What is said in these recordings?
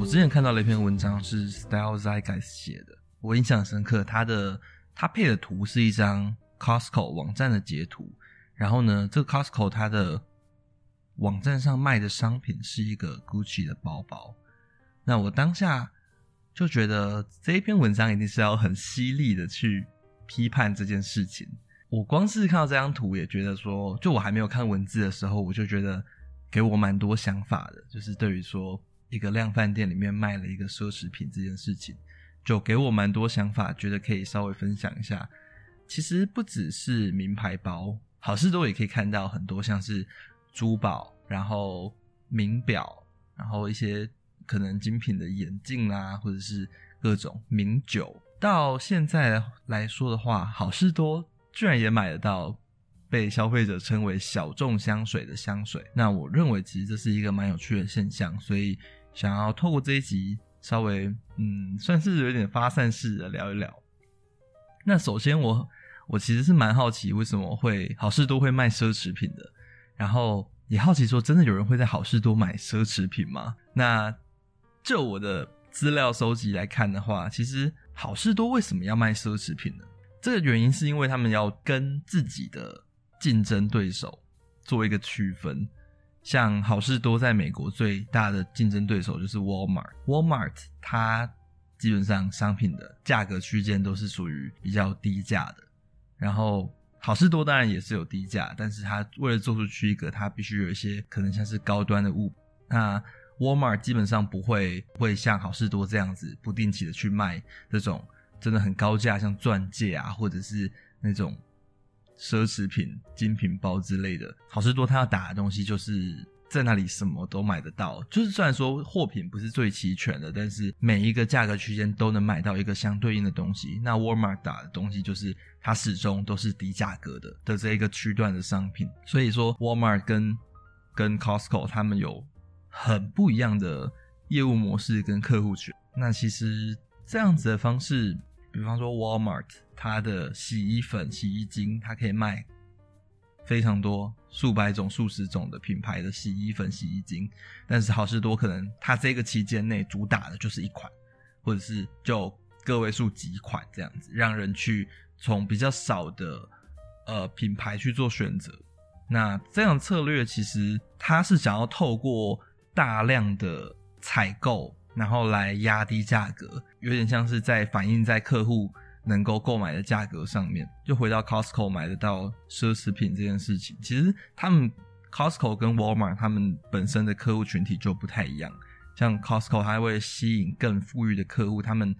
之前看到了一篇文章是 Style Zeitgeist 写的，我印象很深刻，他配的图是一张 Costco 网站的截图，然后呢这个 Costco 它的网站上卖的商品是一个 Gucci 的包包。那我当下就觉得这一篇文章一定是要很犀利的去批判这件事情。我光是看到这张图也觉得说，就我还没有看文字的时候，我就觉得给我蛮多想法的，就是对于说一个量贩店里面卖了一个奢侈品这件事情，就给我蛮多想法，觉得可以稍微分享一下。其实不只是名牌包，好事多也可以看到很多像是珠宝，然后名表，然后一些可能精品的眼镜啊，或者是各种名酒。到现在来说的话，好事多居然也买得到被消费者称为小众香水的香水。那我认为其实这是一个蛮有趣的现象，所以想要透过这一集稍微算是有点发散式的聊一聊。那首先我其实是蛮好奇为什么好事多会卖奢侈品的，然后也好奇说真的有人会在好事多买奢侈品吗？那就我的资料收集来看的话，其实好事多为什么要卖奢侈品呢？这个原因是因为他们要跟自己的竞争对手做一个区分。像好事多在美国最大的竞争对手就是 Walmart 它基本上商品的价格区间都是属于比较低价的，然后好事多当然也是有低价，但是它为了做出区隔，它必须有一些可能像是高端的物品。那 Walmart 基本上不会像好事多这样子不定期的去卖这种真的很高价，像钻戒啊，或者是那种奢侈品精品包之类的。好事多它要打的东西就是在那里什么都买得到，就是虽然说货品不是最齐全的，但是每一个价格区间都能买到一个相对应的东西。那 Walmart 打的东西就是它始终都是低价格的这一个区段的商品。所以说 Walmart 跟 Costco 他们有很不一样的业务模式跟客户群。那其实这样子的方式，比方说 Walmart 它的洗衣粉洗衣精它可以卖非常多数百种数十种的品牌的洗衣粉洗衣精，但是好事多可能它这个期间内主打的就是一款，或者是就个位数几款这样子，让人去从比较少的品牌去做选择。那这样的策略其实它是想要透过大量的采购然后来压低价格，有点像是在反映在客户能够购买的价格上面。就回到 Costco 买得到奢侈品这件事情，其实他们 Costco 跟 Walmart 他们本身的客户群体就不太一样。像 Costco 它为了吸引更富裕的客户，他们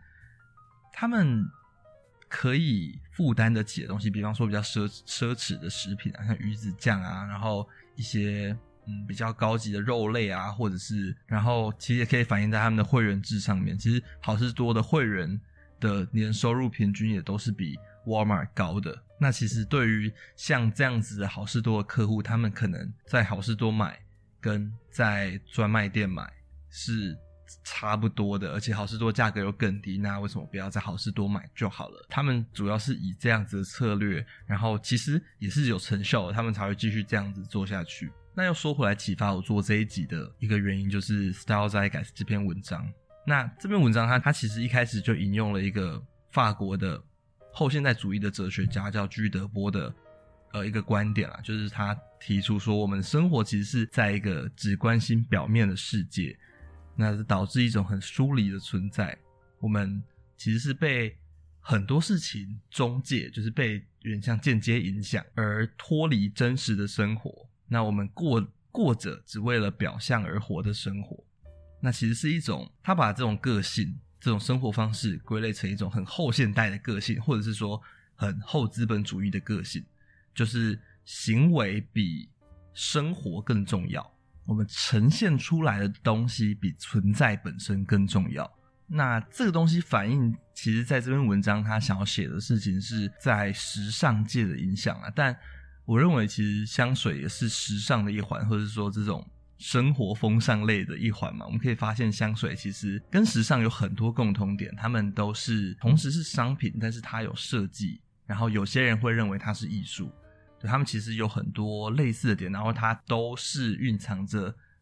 可以负担得起的东西，比方说比较奢侈的食品啊，像鱼子酱啊，然后一些比较高级的肉类啊，或者是然后其实也可以反映在他们的会员制上面。其实好事多的会员的年收入平均也都是比 Walmart 高的。那其实对于像这样子的好事多的客户，他们可能在好事多买跟在专卖店买是差不多的，而且好事多价格又更低，那为什么不要在好事多买就好了？他们主要是以这样子的策略，然后其实也是有成效的，他们才会继续这样子做下去。那又说回来，启发我做这一集的一个原因就是 Style Zeitgeist 这篇文章。那这篇文章它其实一开始就引用了一个法国的后现代主义的哲学家叫居德波的一个观点啦，就是他提出说我们生活其实是在一个只关心表面的世界，那是导致一种很疏离的存在。我们其实是被很多事情中介，就是被有点像间接影响而脱离真实的生活。那我们过着只为了表象而活的生活，那其实是一种他把这种个性这种生活方式归类成一种很后现代的个性，或者是说很后资本主义的个性，就是行为比生活更重要，我们呈现出来的东西比存在本身更重要。那这个东西反映其实在这篇文章他想要写的事情是在时尚界的影响啊，但我认为其实香水也是时尚的一环，或者说这种生活风尚类的一环嘛。我们可以发现香水其实跟时尚有很多共同点，他们都是同时是商品，但是它有设计，然后有些人会认为它是艺术，对，他们其实有很多类似的点，然后它都是蕴藏着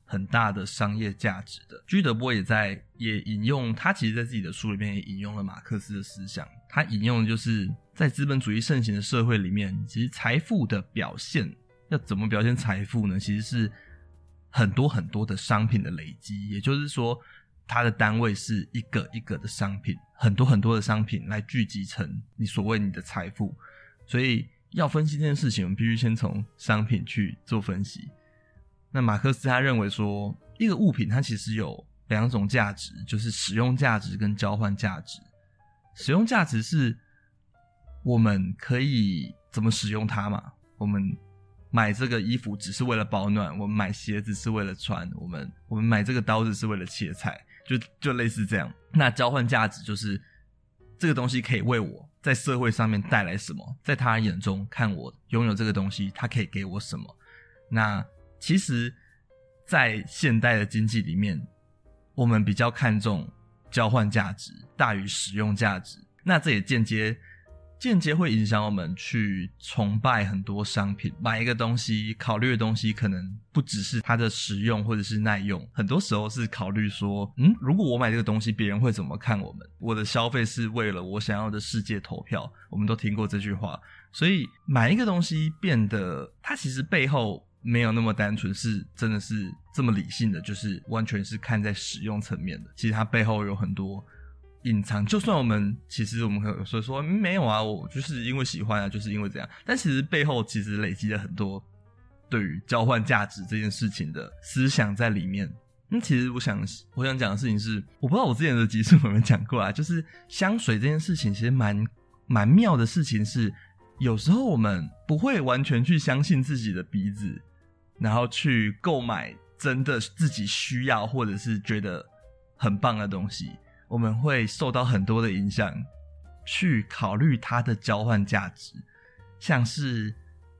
很大的商业价值的。居德波也引用，他其实在自己的书里面也引用了马克思的思想，他引用的就是在资本主义盛行的社会里面，其实财富的表现要怎么表现财富呢？其实是很多很多的商品的累积，也就是说它的单位是一个一个的商品，很多很多的商品来聚集成你所谓你的财富。所以要分析这件事情，我们必须先从商品去做分析。那马克思他认为说，一个物品它其实有两种价值，就是使用价值跟交换价值。使用价值是我们可以怎么使用它嘛，我们买这个衣服只是为了保暖，我们买鞋子是为了穿，我们买这个刀子是为了切菜，就类似这样。那交换价值就是这个东西可以为我在社会上面带来什么，在他人眼中看我拥有这个东西，他可以给我什么。那其实在现代的经济里面，我们比较看重交换价值大于使用价值，那这也间接会影响我们去崇拜很多商品。买一个东西考虑的东西可能不只是它的实用或者是耐用，很多时候是考虑说如果我买这个东西别人会怎么看我们，我的消费是为了我想要的世界投票，我们都听过这句话。所以买一个东西变得它其实背后没有那么单纯，是真的是这么理性的，就是完全是看在使用层面的。其实它背后有很多隐藏，就算我们可能有时候说没有啊，我就是因为喜欢啊，就是因为这样，但其实背后其实累积了很多对于交换价值这件事情的思想在里面。那其实我想讲的事情是，我不知道我之前的集数有没有讲过啊，就是香水这件事情其实蛮妙的事情是，有时候我们不会完全去相信自己的鼻子，然后去购买真的自己需要或者是觉得很棒的东西，我们会受到很多的影响，去考虑它的交换价值。像是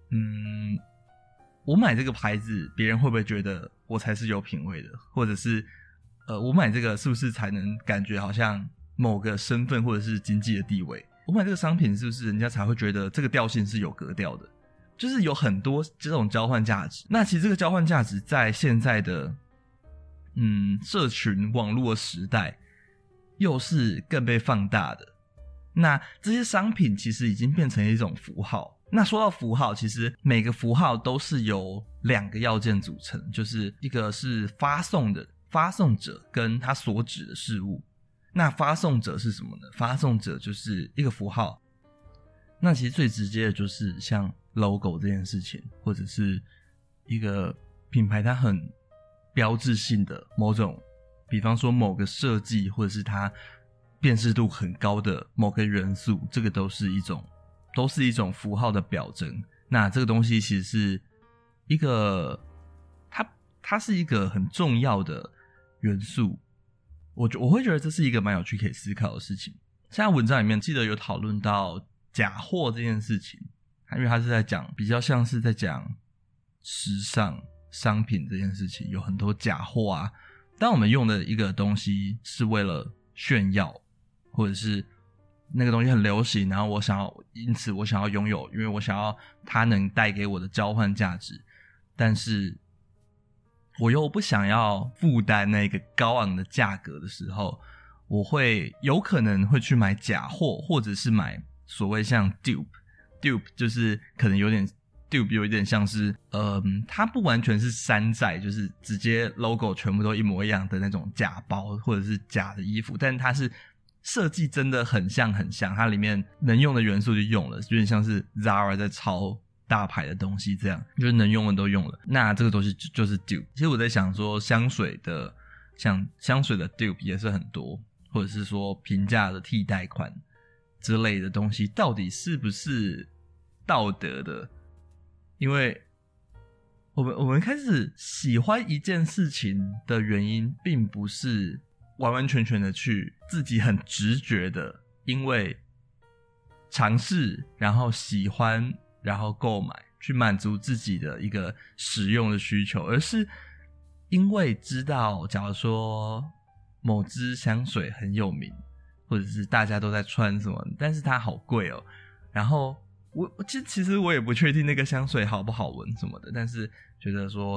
我买这个牌子别人会不会觉得我才是有品味的，或者是我买这个是不是才能感觉好像某个身份或者是经济的地位，我买这个商品是不是人家才会觉得这个调性是有格调的，就是有很多这种交换价值。那其实这个交换价值在现在的社群网络的时代又是更被放大的。那这些商品其实已经变成一种符号。那说到符号，其实每个符号都是由两个要件组成，就是一个是发送者跟他所指的事物。那发送者是什么呢？发送者就是一个符号。那其实最直接的就是像 logo 这件事情，或者是一个品牌它很标志性的某种，比方说某个设计，或者是它辨识度很高的某个元素，这个都是一种符号的表征。那这个东西其实是一个它是一个很重要的元素。我会觉得这是一个蛮有趣可以思考的事情。像文章里面记得有讨论到假货这件事情，因为它是在讲比较像是在讲时尚商品这件事情，有很多假货啊。当我们用的一个东西是为了炫耀，或者是那个东西很流行，然后因此我想要拥有，因为我想要它能带给我的交换价值，但是我又不想要负担那个高昂的价格的时候，我有可能会去买假货，或者是买所谓像 dupe 就是可能有点像是它不完全是山寨，就是直接 logo 全部都一模一样的那种假包或者是假的衣服，但它是设计真的很像，它里面能用的元素就用了，有点像是 Zara 在抄大牌的东西这样，就是能用的都用了。那这个东西就是 dupe。 其实我在想说香水的 dupe 也是很多，或者是说平价的替代款之类的东西到底是不是道德的。因为我们开始喜欢一件事情的原因并不是完完全全的去自己很直觉的因为尝试然后喜欢然后购买去满足自己的一个使用的需求，而是因为知道假如说某支香水很有名，或者是大家都在穿什么，但是它好贵哦，然后其实我也不确定那个香水好不好闻什么的，但是觉得说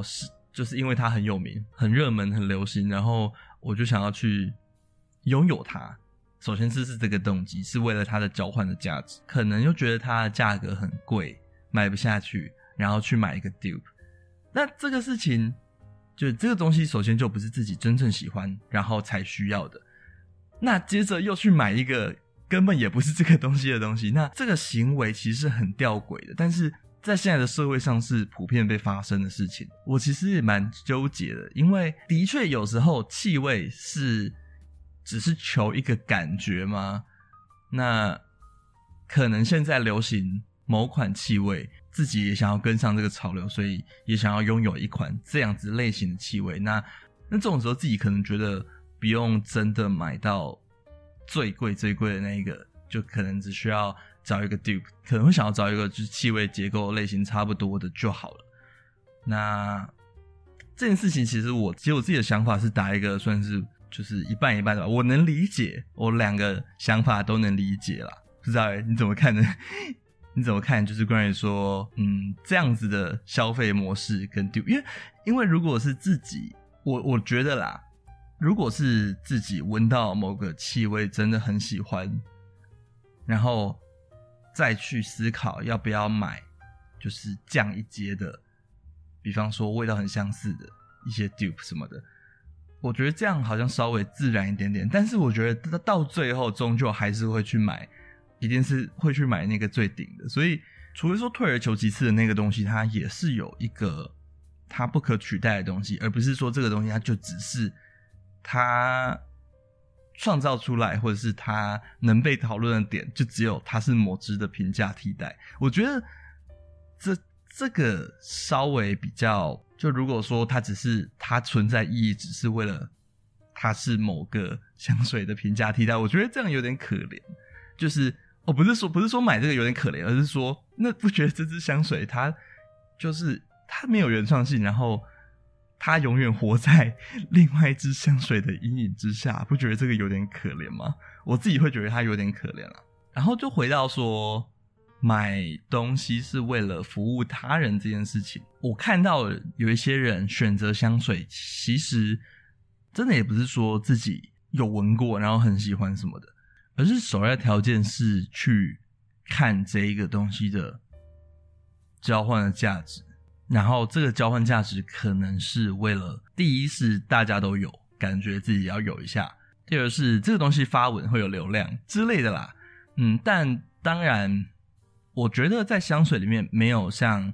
就是因为它很有名、很热门、很流行，然后我就想要去拥有它。首先是这个动机，是为了它的交换的价值，可能又觉得它的价格很贵，买不下去，然后去买一个 dupe。那这个事情，就这个东西首先就不是自己真正喜欢，然后才需要的。那接着又去买一个根本也不是这个东西的东西，那这个行为其实是很吊诡的，但是在现在的社会上是普遍被发生的事情。我其实也蛮纠结的，因为的确有时候气味是只是求一个感觉吗？那可能现在流行某款气味，自己也想要跟上这个潮流，所以也想要拥有一款这样子类型的气味。那这种时候自己可能觉得不用真的买到最贵最贵的那一个，就可能只需要找一个 dupe， 可能会想要找一个就是气味结构类型差不多的就好了。那这件事情其实我自己的想法是打一个算是就是一半一半的吧，我能理解，我两个想法都能理解啦。不知道你怎么看呢？你怎么看就是关于说这样子的消费模式跟 dupe， 因为如果是自己我觉得啦，如果是自己闻到某个气味真的很喜欢，然后再去思考要不要买就是降一阶的，比方说味道很相似的一些 dupe 什么的，我觉得这样好像稍微自然一点点，但是我觉得到最后终究还是会去买，一定是会去买那个最顶的。所以除了说退而求其次的那个东西，它也是有一个它不可取代的东西，而不是说这个东西它就只是它创造出来，或者是它能被讨论的点就只有它是某支的平价替代。我觉得这个稍微比较，就如果说它只是它存在意义只是为了它是某个香水的平价替代，我觉得这样有点可怜。就是不是说买这个有点可怜，而是说那不觉得这支香水它就是它没有原创性，然后它永远活在另外一支香水的阴影之下，不觉得这个有点可怜吗？我自己会觉得它有点可怜啦。然后就回到说买东西是为了服务他人这件事情，我看到有一些人选择香水，其实真的也不是说自己有闻过然后很喜欢什么的，而是首要条件是去看这一个东西的交换的价值，然后这个交换价值可能是为了，第一是大家都有，感觉自己要有一下，第二是这个东西发文会有流量之类的啦。但当然我觉得在香水里面没有像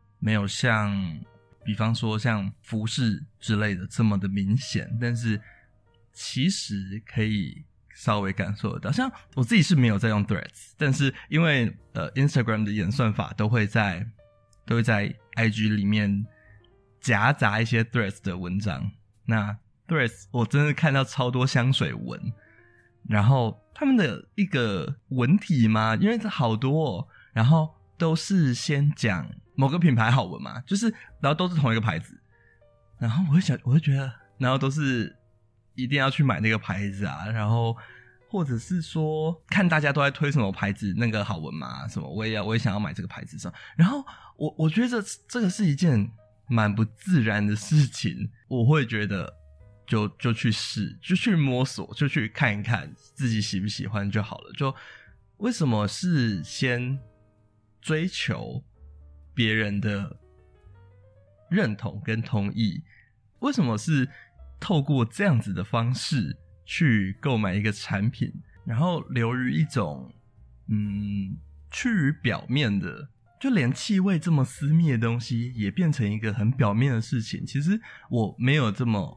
比方说像服饰之类的这么的明显，但是其实可以稍微感受得到。像我自己是没有在用 Threads， 但是因为Instagram 的演算法都会在 IG 里面夹杂一些 Threads 的文章，那 Threads 我真的看到超多香水文，然后他们的一个文体嘛，因为好多然后都是先讲某个品牌好闻嘛，就是然后都是同一个牌子，然后我会觉得然后都是一定要去买那个牌子啊，然后或者是说看大家都在推什么牌子那个好闻嘛，什么我也想要买这个牌子上，然后我觉得这个是一件蛮不自然的事情，我会觉得就去试，就去摸索，就去看一看自己喜不喜欢就好了。就为什么是先追求别人的认同跟同意，为什么是透过这样子的方式去购买一个产品，然后流于一种趋于表面的，就连气味这么私密的东西也变成一个很表面的事情。其实我没有这么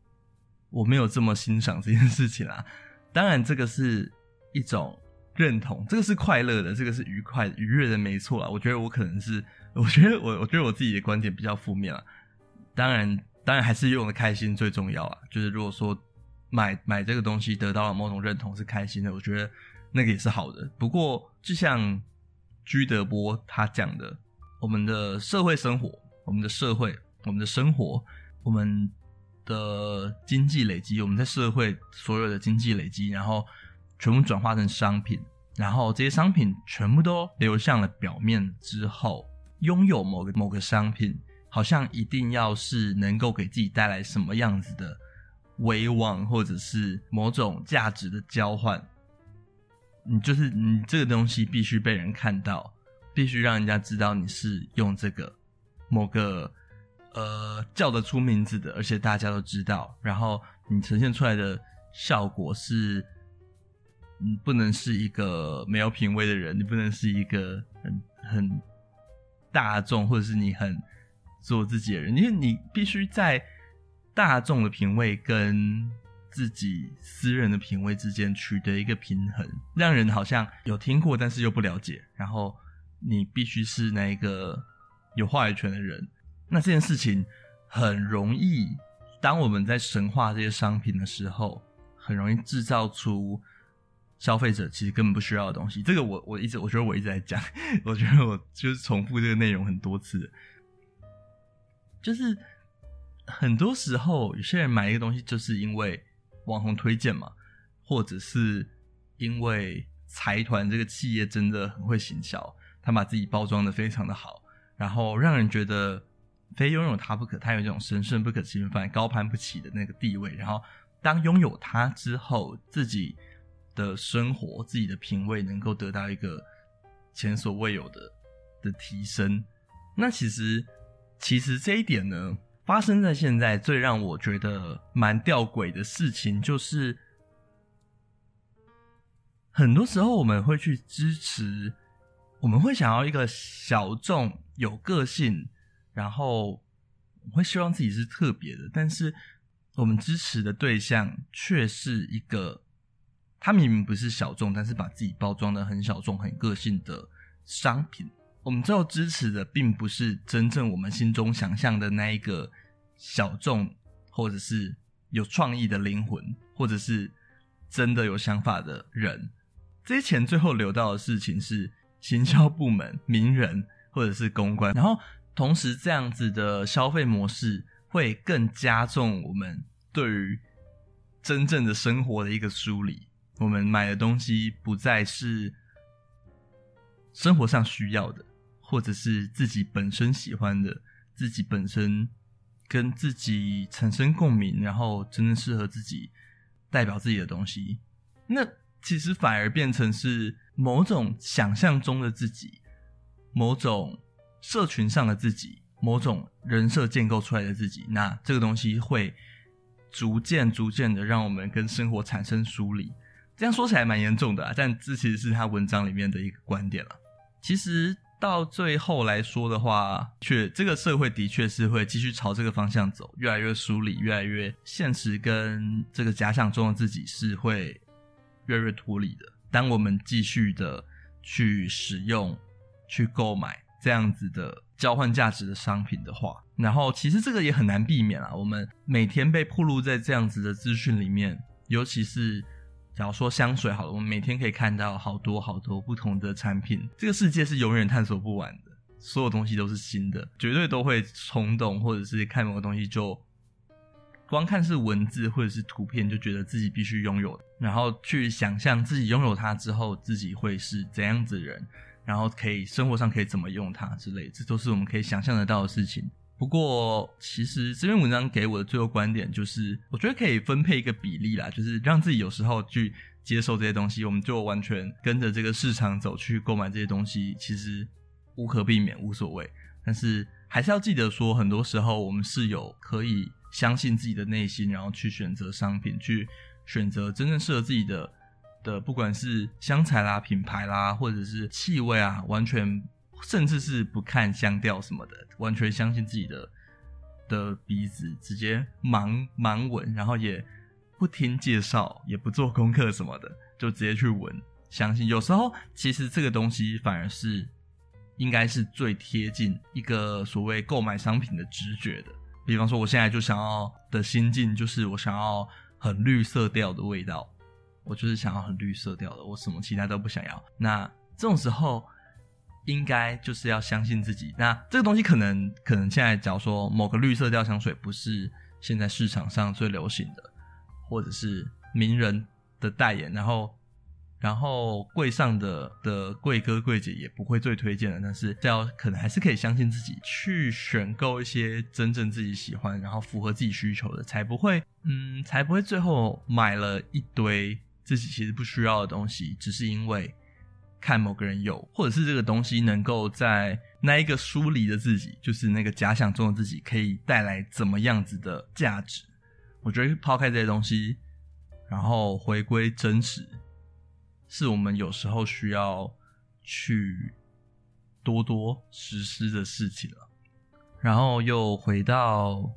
欣赏这件事情啦。当然这个是一种认同，这个是快乐的，这个是愉快愉悦的，没错啦。我觉得我可能是我觉得我自己的观点比较负面啦。当然还是用的开心最重要啊，就是如果说买这个东西得到了某种认同是开心的，我觉得那个也是好的。不过就像居德波他讲的，我们的社会生活，我们的社会，我们的生活，我们的经济累积，我们在社会所有的经济累积，然后全部转化成商品，然后这些商品全部都流向了表面之后，拥有某个商品好像一定要是能够给自己带来什么样子的威望，或者是某种价值的交换。你这个东西必须被人看到，必须让人家知道你是用这个某个叫得出名字的，而且大家都知道，然后你呈现出来的效果是你不能是一个没有品味的人，你不能是一个很大众，或者是你很做自己的人，因为你必须在大众的品味跟自己私人的品味之间取得一个平衡，让人好像有听过但是又不了解，然后你必须是那一个有话语权的人。那这件事情很容易，当我们在神化这些商品的时候，很容易制造出消费者其实根本不需要的东西。这个我觉得我一直在讲，我觉得我就是重复这个内容很多次，就是很多时候有些人买一个东西就是因为网红推荐嘛，或者是因为财团这个企业真的很会行销，他把自己包装的非常的好，然后让人觉得非拥有它不可，它有这种神圣不可侵犯、高攀不起的那个地位，然后当拥有它之后，自己的生活、自己的品味能够得到一个前所未有的提升。那其实这一点呢，发生在现在最让我觉得蛮吊诡的事情，就是很多时候我们会去支持，我们会想要一个小众有个性，然后会希望自己是特别的，但是我们支持的对象却是一个他明明不是小众，但是把自己包装的很小众很个性的商品。我们最后支持的并不是真正我们心中想象的那一个小众，或者是有创意的灵魂，或者是真的有想法的人。这些钱最后流到的事情是行销部门、名人或者是公关，然后同时这样子的消费模式会更加重我们对于真正的生活的一个梳理。我们买的东西不再是生活上需要的，或者是自己本身喜欢的，自己本身跟自己产生共鸣，然后真正适合自己代表自己的东西，那其实反而变成是某种想象中的自己，某种社群上的自己，某种人设建构出来的自己。那这个东西会逐渐的让我们跟生活产生疏离。这样说起来蛮严重的啦，但这其实是他文章里面的一个观点啦。其实到最后来说的话，这个社会的确是会继续朝这个方向走，越来越疏离，越来越现实跟这个假想中的自己是会越来越脱离的。当我们继续的去使用、去购买这样子的交换价值的商品的话，然后其实这个也很难避免啦。我们每天被暴露在这样子的资讯里面，尤其是假如说香水好了，我们每天可以看到好多不同的产品，这个世界是永远探索不完的，所有东西都是新的，绝对都会冲动，或者是看某个东西就光看是文字或者是图片就觉得自己必须拥有，然后去想象自己拥有它之后自己会是怎样子的人，然后可以生活上可以怎么用它之类，这都是我们可以想象得到的事情。不过其实这篇文章给我的最后观点就是我觉得可以分配一个比例啦，就是让自己有时候去接受这些东西，我们就完全跟着这个市场走去购买这些东西，其实无可避免，无所谓。但是还是要记得说，很多时候我们是有可以相信自己的内心，然后去选择商品，去选择真正适合自己的不管是香材啦、品牌啦，或者是气味啊，完全甚至是不看香调什么的，完全相信自己的鼻子，直接盲闻，然后也不听介绍，也不做功课什么的，就直接去闻，相信。有时候其实这个东西反而是应该是最贴近一个所谓购买商品的直觉的。比方说我现在就想要的心境就是我想要很绿色调的味道，我就是想要很绿色调的，我什么其他都不想要。那这种时候应该就是要相信自己。那这个东西可能现在假如说某个绿色调香水不是现在市场上最流行的，或者是名人的代言，然后然后柜上的柜哥柜姐也不会最推荐的，但是可能还是可以相信自己去选购一些真正自己喜欢然后符合自己需求的，才不会最后买了一堆自己其实不需要的东西，只是因为看某个人有，或者是这个东西能够在那一个疏离的自己，就是那个假想中的自己可以带来怎么样子的价值。我觉得抛开这些东西然后回归真实，是我们有时候需要去多多实施的事情了。然后又回到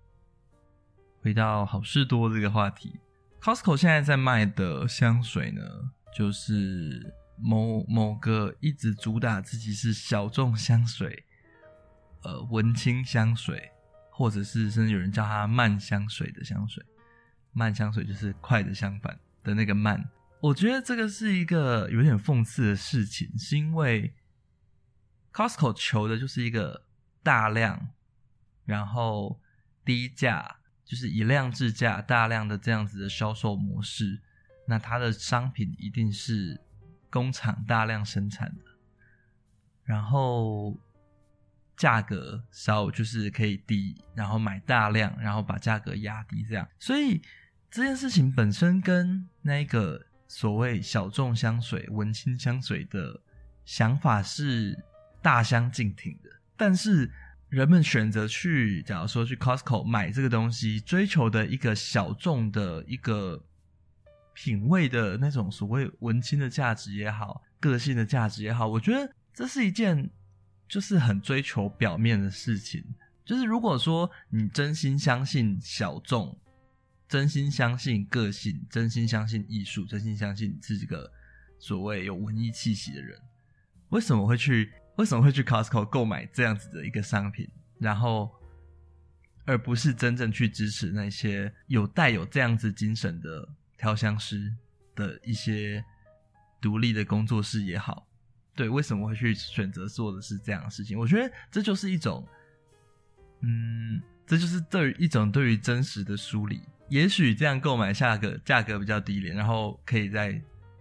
好事多这个话题， Costco 现在在卖的香水呢，就是某个一直主打自己是小众香水文青香水，或者是甚至有人叫它慢香水的香水。慢香水就是快的相反的那个慢。我觉得这个是一个有点讽刺的事情，是因为 Costco 求的就是一个大量然后低价，就是以量制价大量的这样子的销售模式，那它的商品一定是工厂大量生产的，然后价格稍就是可以低，然后买大量然后把价格压低这样。所以这件事情本身跟那个所谓小众香水文青香水的想法是大相径庭的，但是人们选择假如说去 Costco 买这个东西，追求的一个小众的一个品味的那种所谓文青的价值也好，个性的价值也好，我觉得这是一件就是很追求表面的事情。就是如果说你真心相信小众，真心相信个性，真心相信艺术，真心相信你是这个所谓有文艺气息的人，为什么会去 Costco 购买这样子的一个商品，然后而不是真正去支持那些带有这样子精神的调香师的一些独立的工作室也好。对，为什么会去选择做的是这样的事情？我觉得这就是一种这就是一种对于真实的梳理。也许这样购买价格比较低廉，然后可以再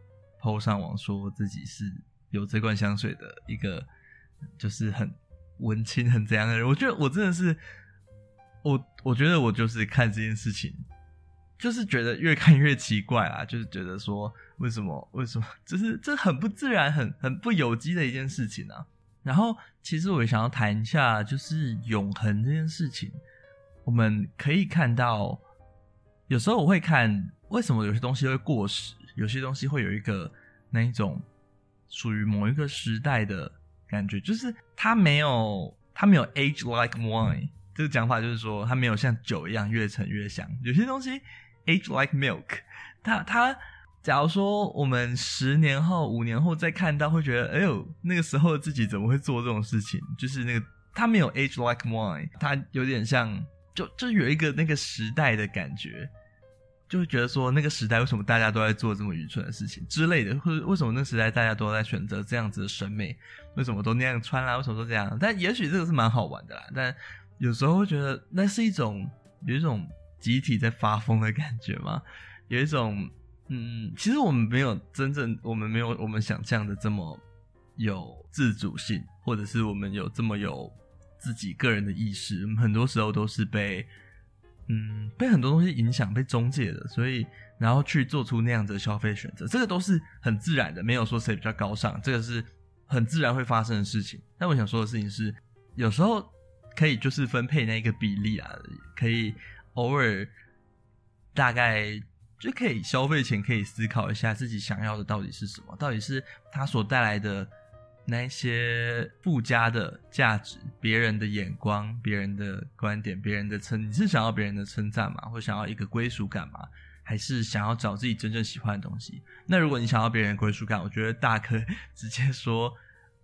po 上网说自己是有这罐香水的一个就是很文青很怎样的人。我觉得我真的是我觉得我就是看这件事情就是觉得越看越奇怪啊，就是觉得说为什么就是这很不自然很不有机的一件事情啊。然后其实我也想要谈一下就是永恒这件事情。我们可以看到有时候我会看为什么有些东西会过时，有些东西会有一个那一种属于某一个时代的感觉，就是它没有 age like wine， 这个讲法就是说它没有像酒一样越陈越香。有些东西 age like milk， 它假如说我们10年后5年后再看到会觉得哎呦那个时候的自己怎么会做这种事情，就是那个它没有 age like wine， 它有点像就有一个那个时代的感觉，就会觉得说那个时代为什么大家都在做这么愚蠢的事情之类的，或者为什么那个时代大家都在选择这样子的审美，为什么都那样穿啦，为什么都这样。但也许这个是蛮好玩的啦，但有时候会觉得那是有一种集体在发疯的感觉嘛，有一种其实我们没有我们想象的这么有自主性，或者是我们有这么有自己个人的意识，很多时候都是被很多东西影响，被中介的，所以然后去做出那样子的消费选择，这个都是很自然的，没有说谁比较高尚，这个是很自然会发生的事情。但我想说的事情是，有时候可以就是分配那个比例啊，可以偶尔大概就可以消费前可以思考一下自己想要的到底是什么，到底是它所带来的那些附加的价值，别人的眼光，别人的观点，别人的你是想要别人的称赞吗？或想要一个归属感吗？还是想要找自己真正喜欢的东西？那如果你想要别人的归属感，我觉得大可直接说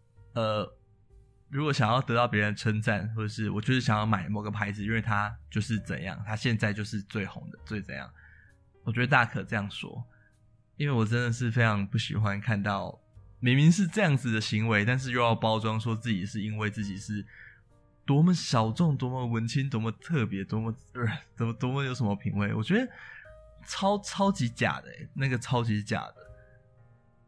如果想要得到别人的称赞，或者是我就是想要买某个牌子，因为它就是怎样，它现在就是最红的最怎样，我觉得大可这样说。因为我真的是非常不喜欢看到明明是这样子的行为，但是又要包装说自己是因为自己是多么小众，多么文青，多么特别，多么有什么品味。我觉得超级假的那个超级假的。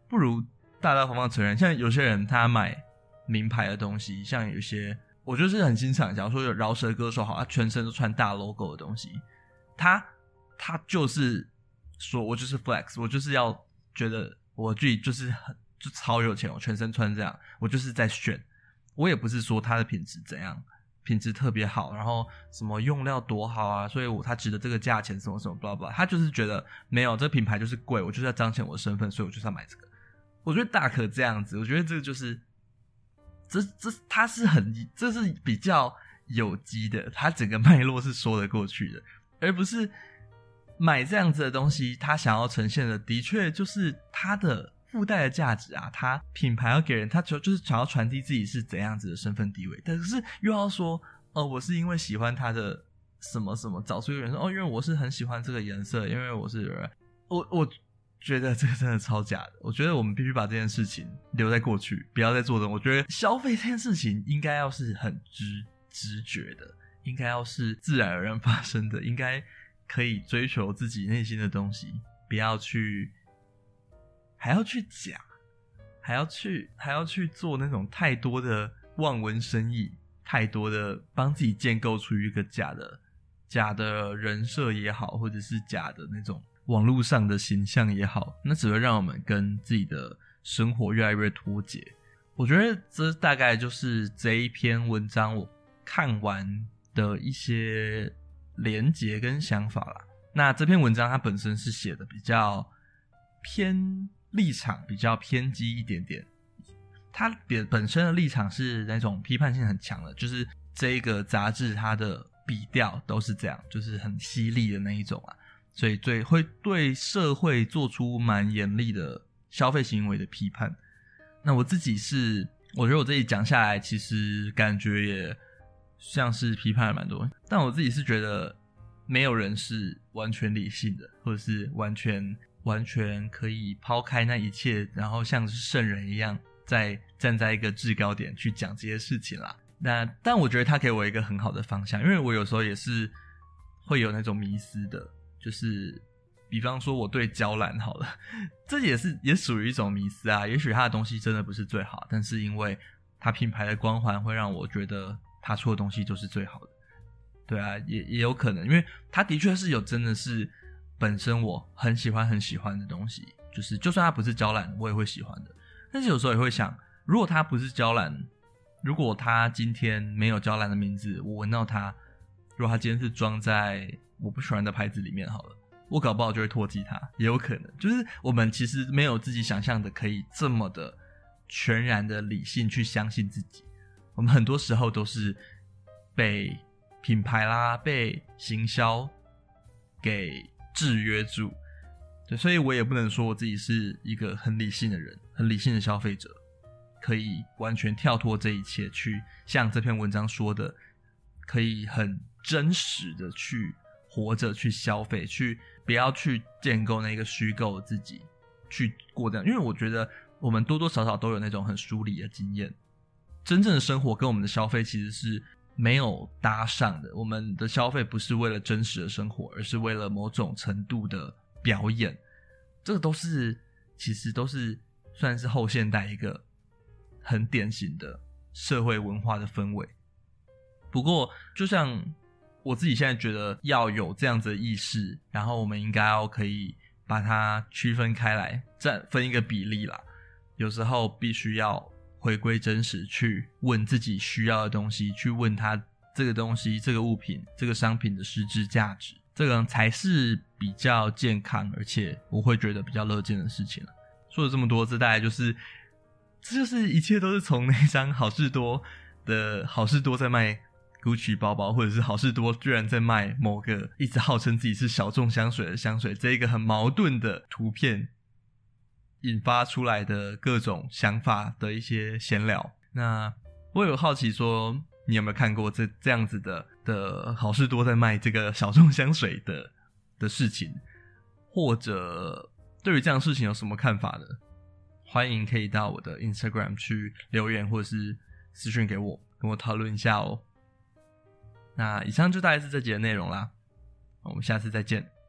不如大大方方承认，像有些人他买名牌的东西，像有些我就是很欣赏，假如说有饶舌歌手好，他全身都穿大 logo 的东西，他就是说我就是 flex， 我就是要觉得我自己就是就超有钱，我全身穿这样，我就是在炫。我也不是说它的品质怎样，品质特别好，然后什么用料多好啊，所以它值得这个价钱什么什么 blah blah， 他就是觉得没有，这个品牌就是贵，我就是要彰显我的身份，所以我就是要买这个。我觉得大可这样子，我觉得这个就是它是这是比较有机的，它整个脉络是说得过去的，而不是买这样子的东西，它想要呈现的的确就是它的附带的价值啊，他品牌要给人，他就是想要传递自己是怎样子的身份地位，但是又要说我是因为喜欢他的什么什么，找出一个人说因为我是很喜欢这个颜色，因为我是我觉得这个真的超假的。我觉得我们必须把这件事情留在过去，不要再做的。我觉得消费这件事情应该要是很直觉的，应该要是自然而然发生的，应该可以追求自己内心的东西，不要去还要去讲，还要去做那种太多的望文生义，太多的帮自己建构出一个假的人设也好，或者是假的那种网络上的形象也好，那只会让我们跟自己的生活越来越脱节。我觉得这大概就是这一篇文章我看完的一些连结跟想法啦。那这篇文章它本身是写的比较偏立场比较偏激一点点，它本身的立场是那种批判性很强的，就是这一个杂志它的笔调都是这样，就是很犀利的那一种啊，所以会对社会做出蛮严厉的消费行为的批判。那我觉得我自己讲下来，其实感觉也像是批判了蛮多，但我自己是觉得没有人是完全理性的，或者是完全可以抛开那一切，然后像是圣人一样站在一个制高点去讲这些事情啦。但我觉得他给我一个很好的方向，因为我有时候也是会有那种迷思的，就是比方说我对娇兰好了，这也属于一种迷思啊。也许他的东西真的不是最好，但是因为他品牌的光环会让我觉得他出的东西就是最好的。对啊，也有可能，因为他的确是有真的是本身我很喜欢的东西，就是就算它不是娇兰我也会喜欢的。但是有时候也会想，如果它不是娇兰，如果它今天没有娇兰的名字，我闻到它，如果它今天是装在我不喜欢的牌子里面好了，我搞不好就会唾弃它，也有可能。就是我们其实没有自己想象的可以这么的全然的理性去相信自己，我们很多时候都是被品牌啦，被行销给制约住。对，所以我也不能说我自己是一个很理性的人，很理性的消费者，可以完全跳脱这一切，去像这篇文章说的，可以很真实的去活着，去消费，去不要去建构那个虚构的自己，去过这样。因为我觉得我们多多少少都有那种很疏离的经验，真正的生活跟我们的消费其实是没有搭上的。我们的消费不是为了真实的生活，而是为了某种程度的表演。这个其实都是算是后现代一个很典型的社会文化的氛围。不过就像我自己现在觉得要有这样子的意识，然后我们应该要可以把它区分开来，分一个比例啦。有时候必须要回归真实，去问自己需要的东西，去问他这个东西、这个物品、这个商品的实质价值，这个才是比较健康，而且我会觉得比较乐见的事情了。说了这么多，这就是一切都是从那张好事多在卖 Gucci 包包，或者是好事多居然在卖某个一直号称自己是小众香水的香水，这一个很矛盾的图片引发出来的各种想法的一些闲聊。那我有好奇说，你有没有看过这样子的好事多在卖这个小众香水的事情，或者对于这样的事情有什么看法呢？欢迎可以到我的 Instagram 去留言，或者是私讯给我，跟我讨论一下哦。那以上就大概是这集的内容啦，我们下次再见。